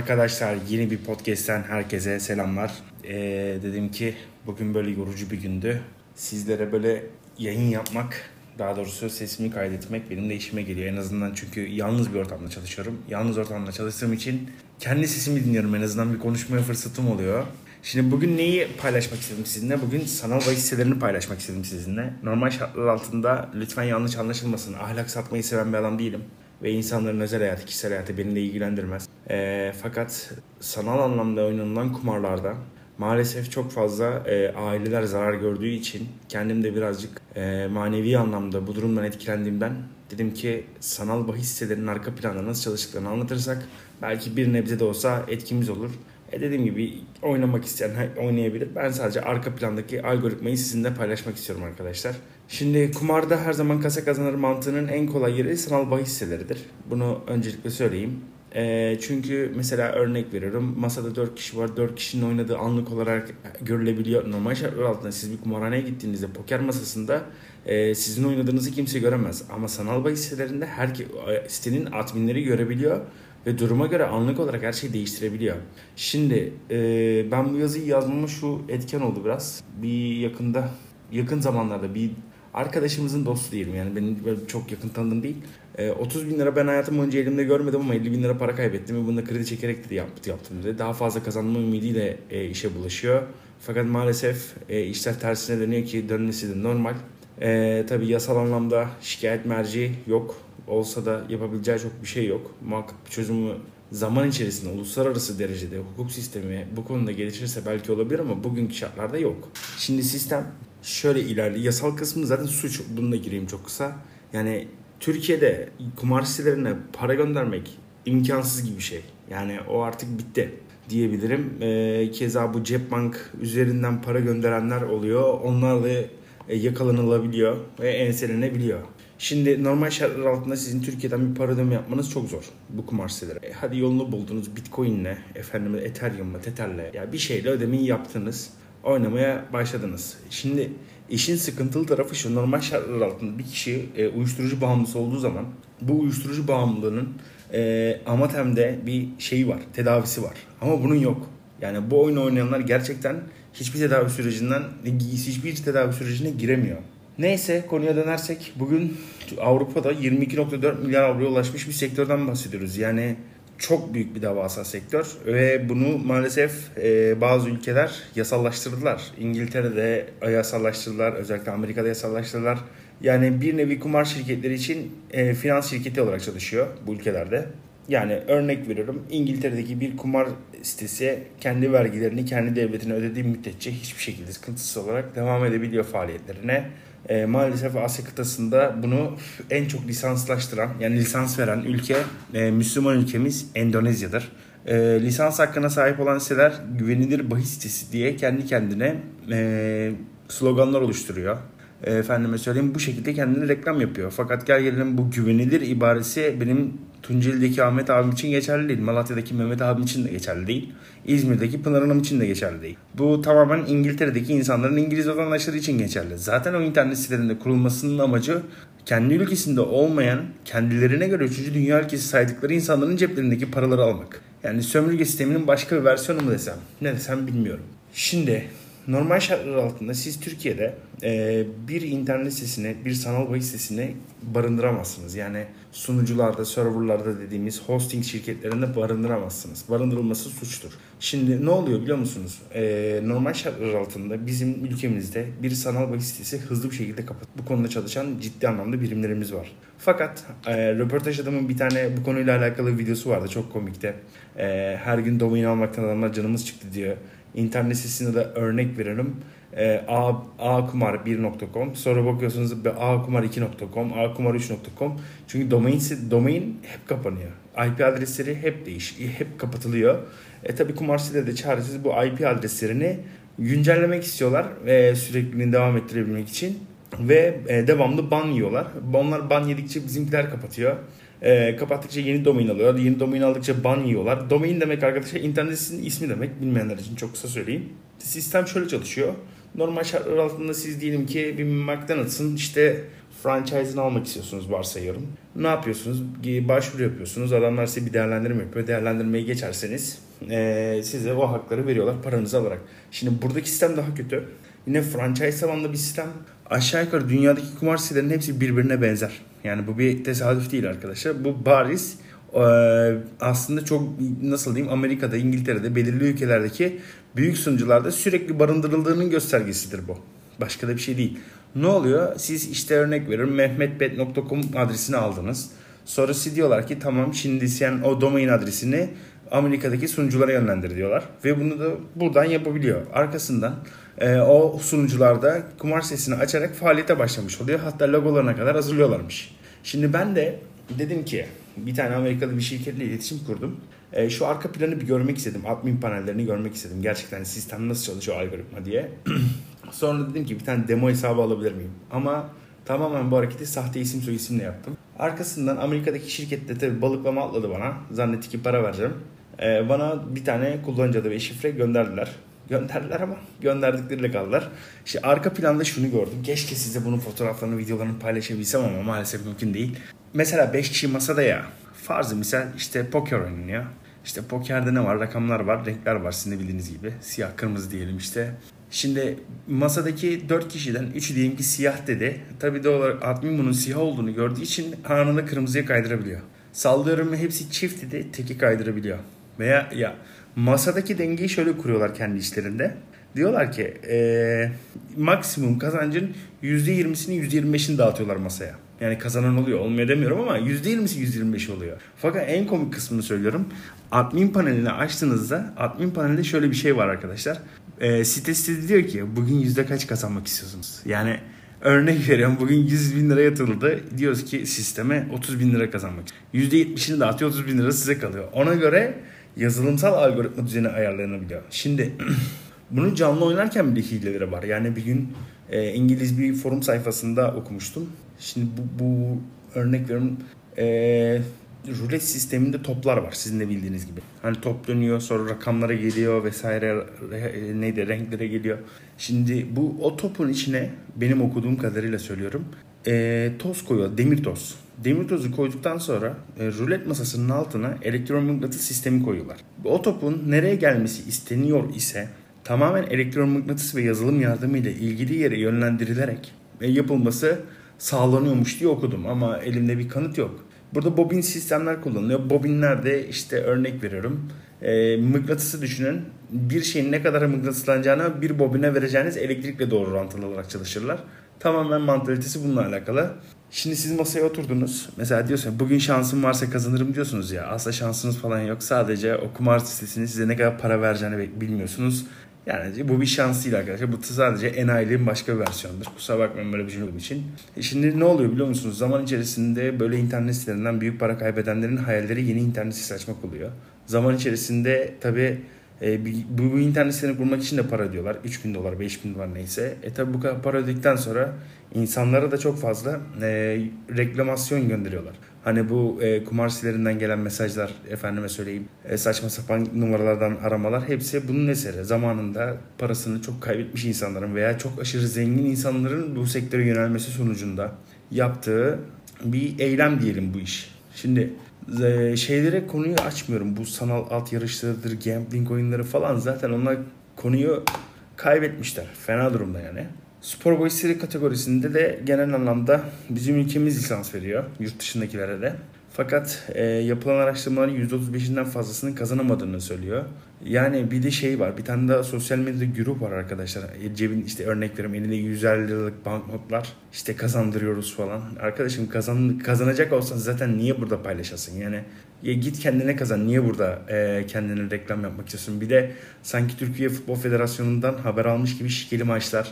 Arkadaşlar yeni bir podcast'ten herkese selamlar. Dedim ki bugün böyle yorucu bir gündü. Sizlere böyle yayın yapmak, daha doğrusu sesimi kaydetmek benim de işime geliyor. En azından çünkü yalnız bir ortamda çalışıyorum. Yalnız ortamda çalıştığım için kendi sesimi dinliyorum. En azından bir konuşmaya fırsatım oluyor. Şimdi bugün neyi paylaşmak istedim sizinle? Bugün sanal bahis sitelerini paylaşmak istedim sizinle. Normal şartlar altında lütfen yanlış anlaşılmasın. Ahlak satmayı seven bir adam değilim. Ve insanların özel hayatı, kişisel hayatı beni de ilgilendirmez. Fakat sanal anlamda oynanılan kumarlarda maalesef çok fazla aileler zarar gördüğü için kendim de birazcık manevi anlamda bu durumdan etkilendiğimden dedim ki sanal bahis sitelerinin arka planda nasıl çalıştıklarını anlatırsak belki bir nebze de olsa etkimiz olur. Dediğim gibi oynamak isteyen oynayabilir. Ben sadece arka plandaki algoritmayı sizinle paylaşmak istiyorum arkadaşlar. Şimdi kumarda her zaman kasa kazanır mantığının en kolay yeri sanal bahis siteleridir. Bunu öncelikle söyleyeyim. Çünkü mesela örnek veriyorum. Masada 4 kişi var. 4 kişinin oynadığı anlık olarak görülebiliyor. Normal şartlar altında siz bir kumarhaneye gittiğinizde poker masasında sizin oynadığınızı kimse göremez. Ama sanal bahis sitelerinde sitenin adminleri görebiliyor. Ve duruma göre anlık olarak her şeyi değiştirebiliyor. Şimdi ben bu yazıyı yazmama şu etken oldu biraz. Yakın zamanlarda bir arkadaşımızın dostu diyelim. Yani benim böyle çok yakın tanıdığım değil. 30 bin lira ben hayatım boyunca elimde görmedim ama 50 bin lira para kaybettim. Ve bunu da kredi çekerek de yaptım dedi. Daha fazla kazanma ümidiyle işe bulaşıyor. Fakat maalesef işler tersine dönüyor ki dönmesi de normal. Tabii yasal anlamda şikayet merci yok. Olsa da yapabileceği çok bir şey yok. Muhakkak bir çözümü zaman içerisinde uluslararası derecede hukuk sistemi bu konuda gelişirse belki olabilir ama bugünkü şartlarda yok. Şimdi sistem şöyle ilerliyor. Yasal kısmı zaten suç. Bununla gireyim çok kısa. Yani Türkiye'de kumar sitelerine para göndermek imkansız gibi bir şey. Yani o artık bitti diyebilirim. Keza bu Cepbank üzerinden para gönderenler oluyor. Onlarla yakalanılabiliyor ve enselenebiliyor. Şimdi normal şartlar altında sizin Türkiye'den bir para ödeme yapmanız çok zor bu kumar siteleri. Hadi yolunu buldunuz Bitcoin'le, Ethereum'la, Tether'le ya bir şeyle ödemeyi yaptınız, oynamaya başladınız. Şimdi işin sıkıntılı tarafı şu: normal şartlar altında bir kişi uyuşturucu bağımlısı olduğu zaman bu uyuşturucu bağımlılığının Amatem'de bir şeyi var, tedavisi var. Ama bunun yok. Yani bu oyunu oynayanlar gerçekten hiçbir tedavi sürecine giremiyor. Neyse, konuya dönersek bugün Avrupa'da 22.4 milyar avroya ulaşmış bir sektörden bahsediyoruz. Yani çok büyük bir devasa sektör ve bunu maalesef bazı ülkeler yasallaştırdılar. İngiltere'de yasallaştırdılar, özellikle Amerika'da yasallaştırdılar. Yani bir nevi kumar şirketleri için finans şirketi olarak çalışıyor bu ülkelerde. Yani örnek veriyorum, İngiltere'deki bir kumar sitesi kendi vergilerini kendi devletine ödediği müddetçe hiçbir şekilde sıkıntısız olarak devam edebiliyor faaliyetlerine. Maalesef Asya kıtasında bunu en çok lisanslaştıran, yani lisans veren ülke Müslüman ülkemiz Endonezya'dır. Lisans hakkına sahip olan siteler güvenilir bahis sitesi diye kendi kendine sloganlar oluşturuyor. Efendime söyleyeyim, bu şekilde kendine reklam yapıyor. Fakat gel gelelim, bu güvenilir ibaresi benim Tunceli'deki Ahmet abim için geçerli değil. Malatya'daki Mehmet abim için de geçerli değil. İzmir'deki Pınar Hanım için de geçerli değil. Bu tamamen İngiltere'deki insanların İngiliz vatandaşları için geçerli. Zaten o internet sitelerinde kurulmasının amacı kendi ülkesinde olmayan, kendilerine göre 3. dünya ülkesi saydıkları insanların ceplerindeki paraları almak. Yani sömürge sisteminin başka bir versiyonu mu desem, ne desem bilmiyorum. Şimdi normal şartlar altında siz Türkiye'de bir internet sitesini, bir sanal bahis sitesini barındıramazsınız. Yani sunucularda, serverlarda dediğimiz hosting şirketlerinde barındıramazsınız. Barındırılması suçtur. Şimdi ne oluyor biliyor musunuz? Normal şartlar altında bizim ülkemizde bir sanal bahis sitesi hızlı bir şekilde kapat. Bu konuda çalışan ciddi anlamda birimlerimiz var. Fakat röportaj adamın bir tane bu konuyla alakalı videosu vardı. Çok komikti. Her gün domain almaktan adamlar canımız çıktı diyor. İnternet sitesinde de örnek verelim. akumar1.com, sonra bakıyorsunuz akumar2.com, akumar3.com. Çünkü domain hep kapanıyor. IP adresleri hep hep kapatılıyor. Tabii kumar siteleri de çaresiz bu IP adreslerini güncellemek istiyorlar ve sürekliliğini devam ettirebilmek için ve devamlı ban yiyorlar. Onlar ban yedikçe bizimkiler kapatıyor. Kapattıkça yeni domain alıyorlar. Yeni domain aldıkça ban yiyorlar. Domain demek arkadaşlar internet sitesinin ismi demek. Bilmeyenler için çok kısa söyleyeyim. Sistem şöyle çalışıyor. Normal şartlar altında siz diyelim ki bir McDonald's'ın işte franchise'ını almak istiyorsunuz varsayıyorum. Ne yapıyorsunuz? Başvuru yapıyorsunuz. Adamlar size bir değerlendirme yapıyor. Değerlendirmeyi geçerseniz size o hakları veriyorlar paranızı alarak. Şimdi buradaki sistem daha kötü. Yine franchise tabanlı bir sistem. Aşağı yukarı dünyadaki kumar sitelerinin hepsi birbirine benzer. Yani bu bir tesadüf değil arkadaşlar. Bu bariz aslında çok nasıl diyeyim Amerika'da, İngiltere'de, belirli ülkelerdeki büyük sunucularda sürekli barındırıldığının göstergesidir bu. Başka da bir şey değil. Ne oluyor? Siz işte örnek veriyorum mehmetbet.com adresini aldınız. Sonra size diyorlar ki tamam şimdi sen o domain adresini Amerika'daki sunuculara yönlendir diyorlar. Ve bunu da buradan yapabiliyor. Arkasından o sunucularda kumar sitesini açarak faaliyete başlamış oluyor. Hatta logolarına kadar hazırlıyorlarmış. Şimdi ben de dedim ki bir tane Amerikalı bir şirketle iletişim kurdum. Şu arka planı bir görmek istedim. Admin panellerini görmek istedim. Gerçekten sistem nasıl çalışıyor algoritma diye. Sonra dedim ki bir tane demo hesabı alabilir miyim? Ama tamamen bu hareketi sahte isim soyisimle yaptım. Arkasından Amerika'daki şirkette tabii balıklama atladı bana. Zannetti ki para vereceğim. Bana bir tane kullanıcı adı ve şifre gönderdiler. Gönderdiler ama gönderdikleriyle kaldılar. İşte arka planda şunu gördüm. Keşke size bunun fotoğraflarını, videolarını paylaşabilsem ama maalesef mümkün değil. Mesela 5 kişi masada ya. Farzı misal işte poker oynanıyor. İşte pokerde ne var? Rakamlar var, renkler var sizin de bildiğiniz gibi. Siyah, kırmızı diyelim işte. Şimdi masadaki 4 kişiden 3'ü diyelim ki siyah dedi. Tabii doğal olarak admin bunun siyah olduğunu gördüğü için anında kırmızıya kaydırabiliyor. Sallıyorum hepsi çift dedi, teki kaydırabiliyor. Veya ya masadaki dengeyi şöyle kuruyorlar kendi işlerinde. Diyorlar ki maksimum kazancın %20'sini %25'ini dağıtıyorlar masaya. Yani kazanan oluyor. Olmuyor demiyorum ama %20'si %25 oluyor. Fakat en komik kısmını söylüyorum. Admin panelini açtığınızda admin panelinde şöyle bir şey var arkadaşlar. Sitesi diyor ki bugün yüzde kaç kazanmak istiyorsunuz? Yani örnek veriyorum bugün 100 bin lira yatırıldı. Diyoruz ki sisteme 30 bin lira kazanmak. %70'ini dağıtıyor 30 bin lira size kalıyor. Ona göre yazılımsal algoritma düzeni ayarlanabiliyor. Şimdi bunu canlı oynarken bile hileleri var. Yani bir gün İngiliz bir forum sayfasında okumuştum. Şimdi bu örnek veriyorum rulet sisteminde toplar var sizin de bildiğiniz gibi. Hani top dönüyor sonra rakamlara geliyor vesaire renklere geliyor. Şimdi o topun içine benim okuduğum kadarıyla söylüyorum toz koyuyor demir toz. Demir tozu koyduktan sonra rulet masasının altına elektromıknatıs sistemi koyuyorlar. O topun nereye gelmesi isteniyor ise tamamen elektromıknatıs ve yazılım yardımıyla ilgili yere yönlendirilerek yapılması sağlanıyormuş diye okudum ama elimde bir kanıt yok. Burada bobin sistemler kullanılıyor. Bobinlerde işte örnek veriyorum. Mıknatısı düşünün. Bir şeyin ne kadar mıknatıslanacağına bir bobine vereceğiniz elektrikle doğru orantılı olarak çalışırlar. Tamamen mantalitesi bununla alakalı. Şimdi siz masaya oturdunuz. Mesela diyorsunuz bugün şansım varsa kazanırım diyorsunuz ya. Aslında şansınız falan yok. Sadece o kumar sitesinin size ne kadar para vereceğini bilmiyorsunuz. Yani bu bir şans değil arkadaşlar. Bu sadece enayiliğin başka bir versiyonudur. Kusura bakmayın böyle bir şey olduğu için. Şimdi ne oluyor biliyor musunuz? Zaman içerisinde böyle internet sitelerinden büyük para kaybedenlerin hayalleri yeni internet sitesi açmak oluyor. Zaman içerisinde tabii bu internet sitesini kurmak için de para ödüyorlar. 3.000 dolar, 5.000 dolar neyse. Tabii bu kadar para ödedikten sonra insanlara da çok fazla reklamasyon gönderiyorlar. Hani bu kumar sitelerinden gelen mesajlar, efendime söyleyeyim saçma sapan numaralardan aramalar hepsi bunun eseri. Zamanında parasını çok kaybetmiş insanların veya çok aşırı zengin insanların bu sektöre yönelmesi sonucunda yaptığı bir eylem diyelim bu iş. Şimdi konuyu açmıyorum. Bu sanal at yarışlarıdır, gambling oyunları falan zaten onlar konuyu kaybetmişler. Fena durumda yani. Spor bahisleri kategorisinde de genel anlamda bizim ülkemiz lisans veriyor. Yurt dışındakilere de. Fakat yapılan araştırmaların %35'inden fazlasının kazanamadığını söylüyor. Yani bir de var. Bir tane daha sosyal medyada grup var arkadaşlar. Cebin işte örnek veriyorum elinde 150 liralık banknotlar. İşte kazandırıyoruz falan. Arkadaşım kazanacak olsan zaten niye burada paylaşasın? Yani git kendine kazan. Niye burada kendine reklam yapmak istiyorsun? Bir de sanki Türkiye Futbol Federasyonu'ndan haber almış gibi şikeli maçlar.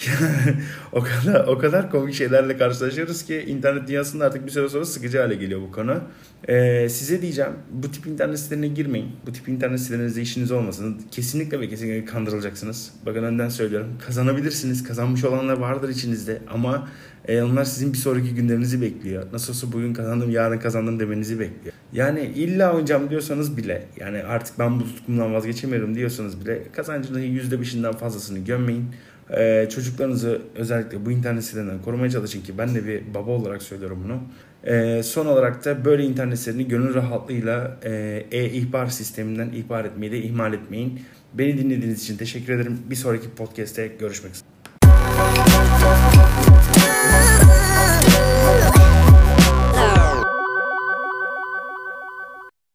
o kadar komik şeylerle karşılaşıyoruz ki internet dünyasında artık bir süre sonra sıkıcı hale geliyor bu konu. Size diyeceğim bu tip internet sitelerine girmeyin. Bu tip internet sitelerinizde işiniz olmasın. Kesinlikle ve kesinlikle kandırılacaksınız. Bakın önden söylüyorum. Kazanabilirsiniz. Kazanmış olanlar vardır içinizde ama onlar sizin bir sonraki günlerinizi bekliyor. Nasıl olsa bugün kazandım yarın kazandım demenizi bekliyor. Yani illa oynayacağım diyorsanız bile yani artık ben bu tutkumdan vazgeçemiyorum diyorsanız bile kazancınızın %5'inden fazlasını gömmeyin. Çocuklarınızı özellikle bu internet sitelerinden korumaya çalışın ki ben de bir baba olarak söylüyorum bunu. Son olarak da böyle internet sitelerini gönül rahatlığıyla ihbar sisteminden ihbar etmeyi de ihmal etmeyin. Beni dinlediğiniz için teşekkür ederim. Bir sonraki podcast'te görüşmek üzere.